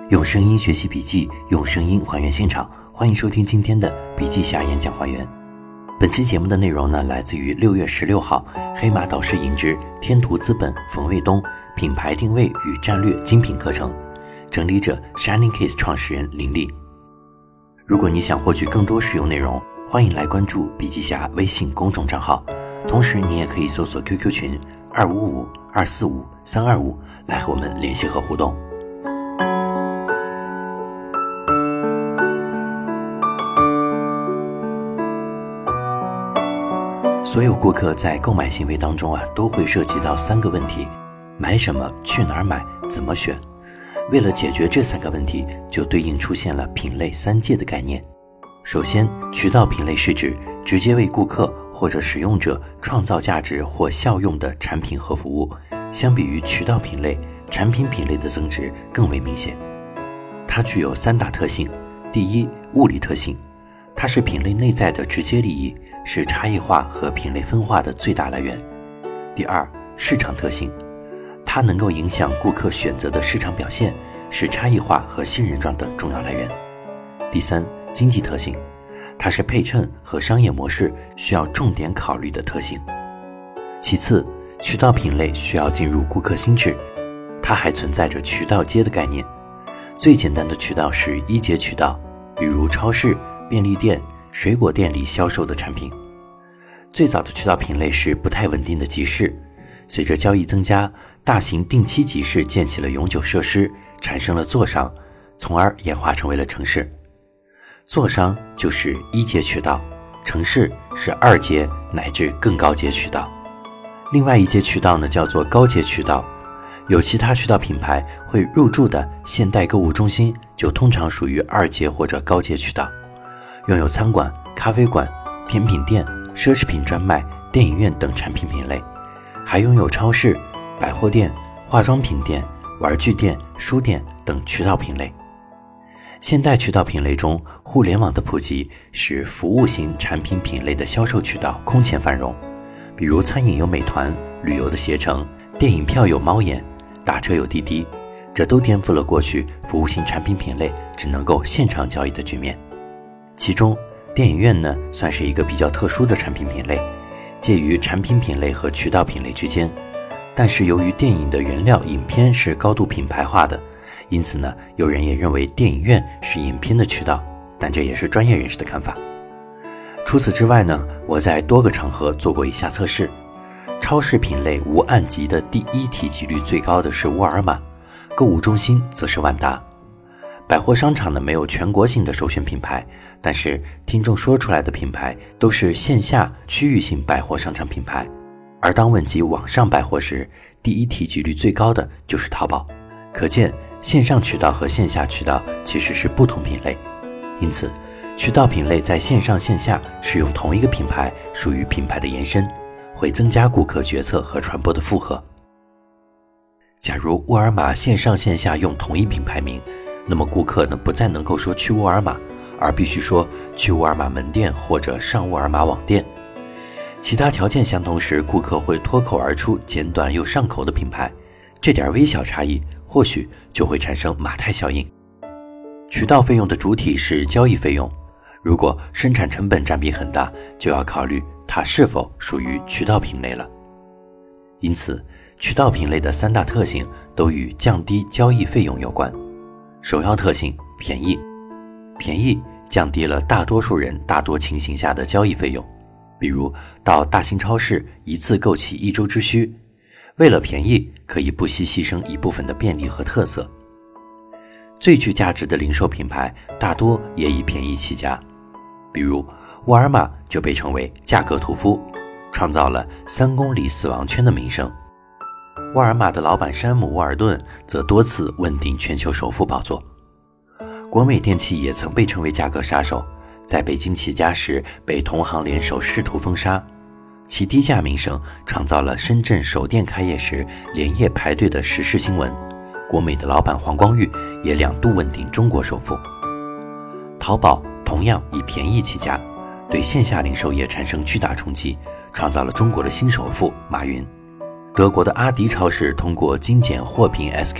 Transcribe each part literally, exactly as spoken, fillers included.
用声音学习笔记，用声音还原现场。欢迎收听今天的笔记侠演讲还原。本期节目的内容呢，来自于六月十六号黑马导师营之天图资本冯卫东品牌定位与战略精品课程，整理者 Shining Case 创始人林立。如果你想获取更多实用内容，欢迎来关注笔记侠微信公众账号，同时你也可以搜索 Q Q 群二五五二四五三二五来和我们联系和互动。所有顾客在购买行为当中啊，都会涉及到三个问题：买什么、去哪儿买、怎么选。为了解决这三个问题，就对应出现了品类三界的概念。首先，渠道品类是指直接为顾客或者使用者创造价值或效用的产品和服务。相比于渠道品类，产品品类的增值更为明显。它具有三大特性：第一，物理特性，它是品类内在的直接利益，是差异化和品类分化的最大来源。第二，市场特性，它能够影响顾客选择的市场表现，是差异化和信任状的重要来源。第三，经济特性，它是配衬和商业模式需要重点考虑的特性。其次，渠道品类需要进入顾客心智，它还存在着渠道街的概念。最简单的渠道是一阶渠道，比如超市、便利店、水果店里销售的产品。最早的渠道品类是不太稳定的集市，随着交易增加，大型定期集市建起了永久设施，产生了座商，从而演化成为了城市。座商就是一阶渠道，城市是二阶乃至更高阶渠道。另外一阶渠道呢，叫做高阶渠道。有其他渠道品牌会入驻的现代购物中心，就通常属于二阶或者高阶渠道。拥有餐馆、咖啡馆、甜品店、奢侈品专卖、电影院等产品品类，还拥有超市、百货店、化妆品店、玩具店、书店等渠道品类。现代渠道品类中，互联网的普及使服务型产品品类的销售渠道空前繁荣，比如餐饮有美团，旅游的携程，电影票有猫眼，打车有滴滴，这都颠覆了过去服务型产品品类只能够现场交易的局面。其中，电影院呢算是一个比较特殊的产品品类，介于产品品类和渠道品类之间。但是由于电影的原料影片是高度品牌化的，因此呢，有人也认为电影院是影片的渠道，但这也是专业人士的看法。除此之外呢，我在多个场合做过以下测试。超市品类无按级的第一提及率最高的是沃尔玛，购物中心则是万达。百货商场呢没有全国性的首选品牌，但是听众说出来的品牌都是线下区域性百货商场品牌，而当问及网上百货时，第一提及率最高的就是淘宝。可见线上渠道和线下渠道其实是不同品类，因此渠道品类在线上线下使用同一个品牌，属于品牌的延伸，会增加顾客决策和传播的负荷。假如沃尔玛线上线下用同一品牌名，那么顾客呢不再能够说去沃尔玛，而必须说去沃尔玛门店或者上沃尔玛网店。其他条件相同时，顾客会脱口而出简短又上口的品牌，这点微小差异或许就会产生马太效应。渠道费用的主体是交易费用，如果生产成本占比很大，就要考虑它是否属于渠道品类了。因此，渠道品类的三大特性都与降低交易费用有关。首要特性，便宜。便宜降低了大多数人大多情形下的交易费用，比如到大型超市一次购齐一周之需，为了便宜可以不惜牺牲一部分的便利和特色。最具价值的零售品牌大多也以便宜起家，比如沃尔玛就被称为价格屠夫，创造了三公里死亡圈的名声。沃尔玛的老板山姆·沃尔顿则多次问鼎全球首富宝座。国美电器也曾被称为价格杀手，在北京起家时被同行联手试图封杀，其低价名声创造了深圳首店开业时连夜排队的时事新闻。国美的老板黄光裕也两度问鼎中国首富。淘宝同样以便宜起家，对线下零售业产生巨大冲击，创造了中国的新首富马云。德国的阿迪超市通过精简货品 S K U，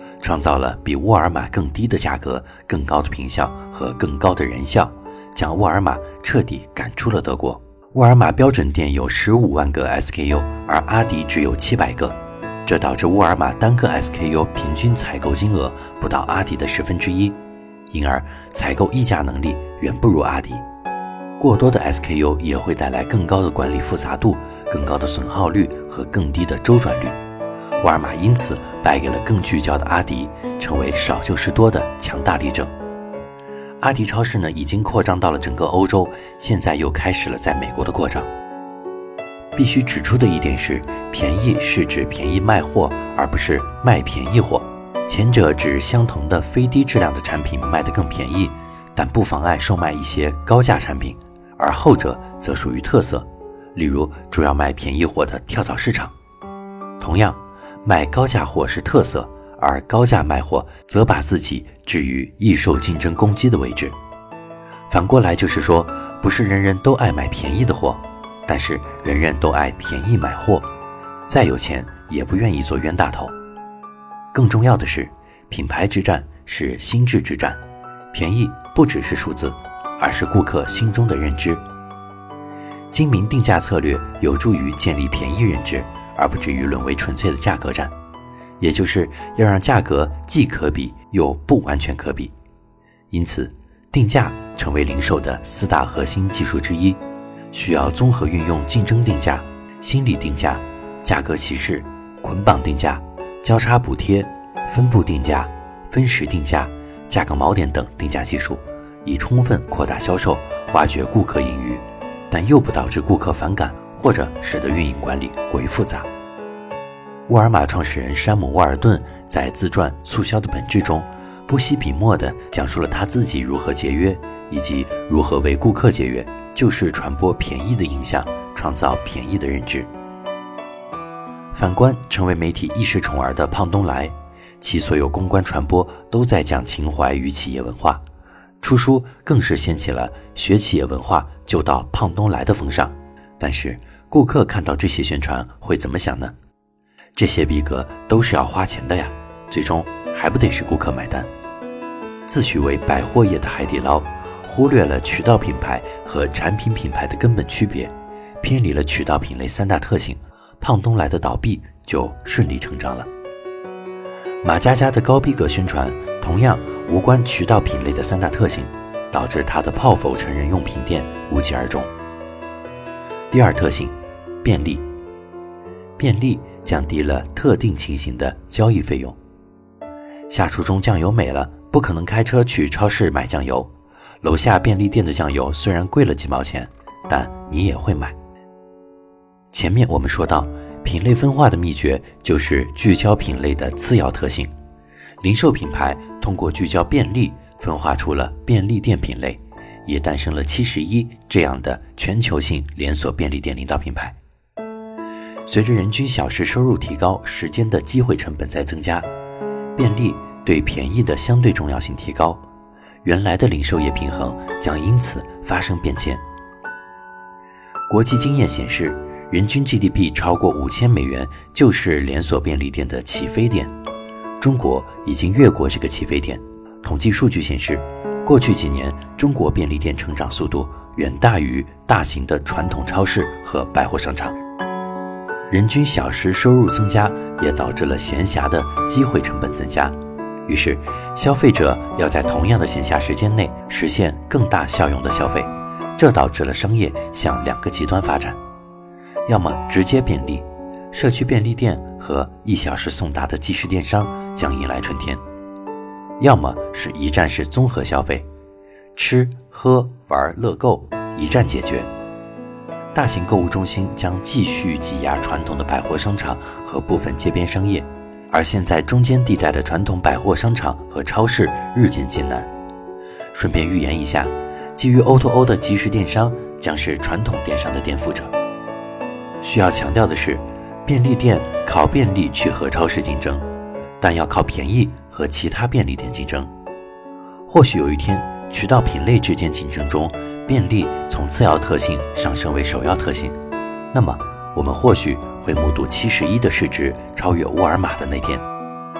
创造了比沃尔玛更低的价格、更高的品效和更高的人效，将沃尔玛彻底赶出了德国。沃尔玛标准店有十五万个 S K U， 而阿迪只有七百个，这导致沃尔玛单个 S K U 平均采购金额不到阿迪的十分之一，因而采购议价能力远不如阿迪。过多的 S K U 也会带来更高的管理复杂度、更高的损耗率和更低的周转率。沃尔玛因此败给了更聚焦的阿迪，成为少就是多的强大力证。阿迪超市呢，已经扩张到了整个欧洲，现在又开始了在美国的扩张。必须指出的一点是，便宜是指便宜卖货，而不是卖便宜货。前者指相同的非低质量的产品卖得更便宜，但不妨碍售卖一些高价产品，而后者则属于特色，例如主要卖便宜货的跳蚤市场。同样，卖高价货是特色，而高价卖货则把自己置于易受竞争攻击的位置。反过来就是说，不是人人都爱买便宜的货，但是人人都爱便宜买货，再有钱也不愿意做冤大头。更重要的是，品牌之战是心智之战，便宜不只是数字，而是顾客心中的认知。精明定价策略有助于建立便宜认知，而不至于沦为纯粹的价格战，也就是要让价格既可比又不完全可比。因此，定价成为零售的四大核心技术之一，需要综合运用竞争定价、心理定价、价格歧视、捆绑定价、交叉补贴、分布定价、分时定价、价格锚点等定价技术，以充分扩大销售，挖掘顾客盈余，但又不导致顾客反感，或者使得运营管理过于复杂。沃尔玛创始人山姆·沃尔顿在自传《促销的本质》中，不惜笔墨地讲述了他自己如何节约，以及如何为顾客节约，就是传播便宜的影响，创造便宜的认知。反观成为媒体一时宠儿的胖东来，其所有公关传播都在讲情怀与企业文化，出书更是掀起了学企业文化就到胖东来的风尚。但是顾客看到这些宣传会怎么想呢？这些逼格都是要花钱的呀，最终还不得是顾客买单。自诩为百货业的海底捞，忽略了渠道品牌和产品品牌的根本区别，偏离了渠道品类三大特性，胖东来的倒闭就顺理成章了。马佳佳的高逼格宣传同样无关渠道品类的三大特性，导致他的泡芙成人用品店无疾而终。第二特性，便利。便利降低了特定情形的交易费用。下厨中酱油没了，不可能开车去超市买酱油，楼下便利店的酱油虽然贵了几毛钱，但你也会买。前面我们说到，品类分化的秘诀就是聚焦品类的次要特性。零售品牌通过聚焦便利，分化出了便利店品类，也诞生了七十一这样的全球性连锁便利店领导品牌。随着人均小时收入提高，时间的机会成本在增加，便利对便宜的相对重要性提高，原来的零售业平衡将因此发生变迁。国际经验显示，人均 G D P 超过五千美元就是连锁便利店的起飞点。中国已经越过这个起飞点。统计数据显示，过去几年中国便利店成长速度远大于大型的传统超市和百货商场。人均小时收入增加，也导致了闲暇的机会成本增加。于是，消费者要在同样的闲暇时间内实现更大效用的消费，这导致了商业向两个极端发展：要么直接便利，社区便利店和一小时送达的即时电商将迎来春天；要么是一站式综合消费，吃喝玩乐购一站解决。大型购物中心将继续挤压传统的百货商场和部分街边商业，而现在中间地带的传统百货商场和超市日渐艰难。顺便预言一下，基于 O to O 的即时电商将是传统电商的颠覆者。需要强调的是，便利店靠便利去和超市竞争，但要靠便宜和其他便利店竞争。或许有一天，渠道品类之间竞争中，便利从次要特性上升为首要特性，那么我们或许会目睹七十一的市值超越沃尔玛的那天。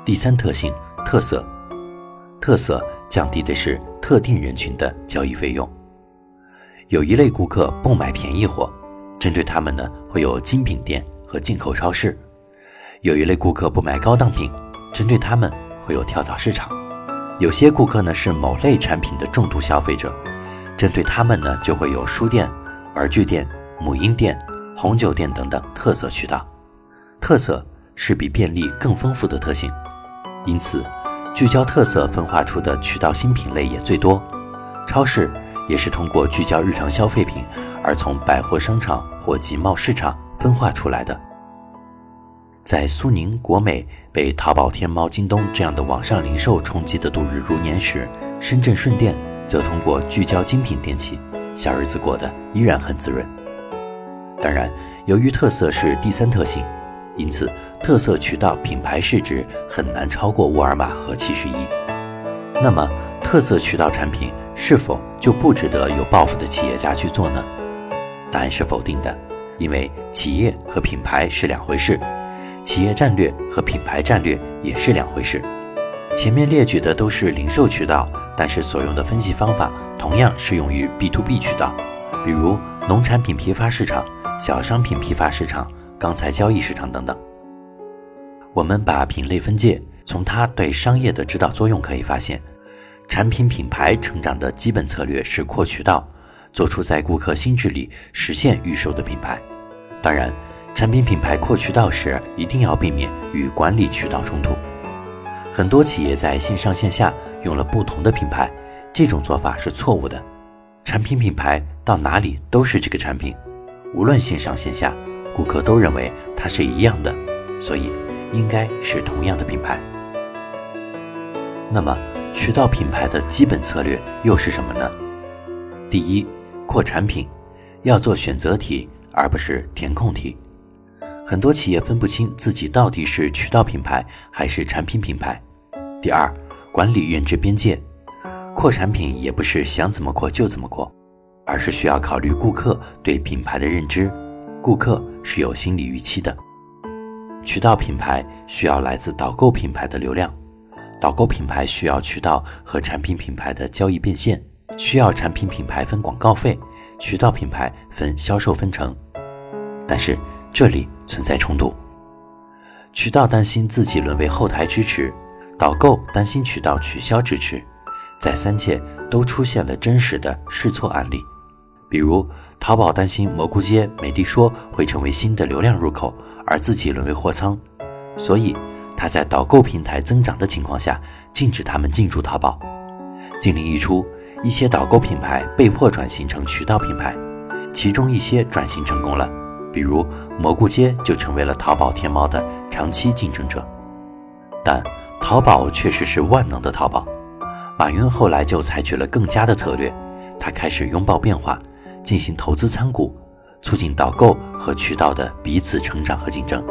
第三特性，特色。特色降低的是特定人群的交易费用。有一类顾客不买便宜货，针对他们呢会有精品店和进口超市。有一类顾客不买高档品，针对他们会有跳蚤市场。有些顾客呢是某类产品的重度消费者，针对他们呢就会有书店、玩具店、母婴店、红酒店等等特色渠道。特色是比便利更丰富的特性，因此聚焦特色分化出的渠道新品类也最多。超市也是通过聚焦日常消费品而从百货商场或集贸市场分化出来的。在苏宁、国美被淘宝、天猫、京东这样的网上零售冲击的度日如年时，深圳顺电则通过聚焦精品电器，小日子过得依然很滋润。当然，由于特色是第三特性，因此特色渠道品牌市值很难超过沃尔玛和七十一。那么特色渠道产品是否就不值得有抱负的企业家去做呢？答案是否定的，因为企业和品牌是两回事，企业战略和品牌战略也是两回事。前面列举的都是零售渠道，但是所用的分析方法同样适用于 B to B 渠道，比如农产品批发市场、小商品批发市场、钢材交易市场等等。我们把品类分界，从它对商业的指导作用可以发现，产品品牌成长的基本策略是扩渠道，做出在顾客心智里实现预售的品牌。当然，产品品牌扩渠道时一定要避免与管理渠道冲突。很多企业在线上线下用了不同的品牌，这种做法是错误的。产品品牌到哪里都是这个产品，无论线上线下，顾客都认为它是一样的，所以应该是同样的品牌。那么渠道品牌的基本策略又是什么呢？第一，扩产品，要做选择题而不是填空题。很多企业分不清自己到底是渠道品牌还是产品品牌。第二，管理认知边界，扩产品也不是想怎么扩就怎么扩，而是需要考虑顾客对品牌的认知，顾客是有心理预期的。渠道品牌需要来自导购品牌的流量，导购品牌需要渠道和产品品牌的交易变现，需要产品品牌分广告费，渠道品牌分销售分成。但是这里存在冲突，渠道担心自己沦为后台支持，导购担心渠道取消支持，在三界都出现了真实的试错案例。比如淘宝担心蘑菇街、美丽说会成为新的流量入口，而自己沦为货仓，所以他在导购平台增长的情况下禁止他们进驻淘宝。禁令一出，一些导购品牌被迫转型成渠道品牌，其中一些转型成功了，比如蘑菇街就成为了淘宝、天猫的长期竞争者。但淘宝确实是万能的淘宝，马云后来就采取了更佳的策略，他开始拥抱变化，进行投资参股，促进导购和渠道的彼此成长和竞争。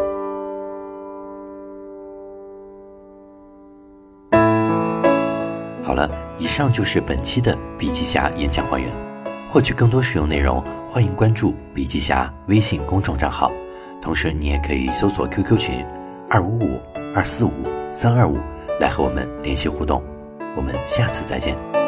好了，以上就是本期的笔记侠演讲还原。获取更多实用内容，欢迎关注笔记侠微信公众账号，同时你也可以搜索 Q Q 群二五五二四五三二五来和我们联系互动。我们下次再见。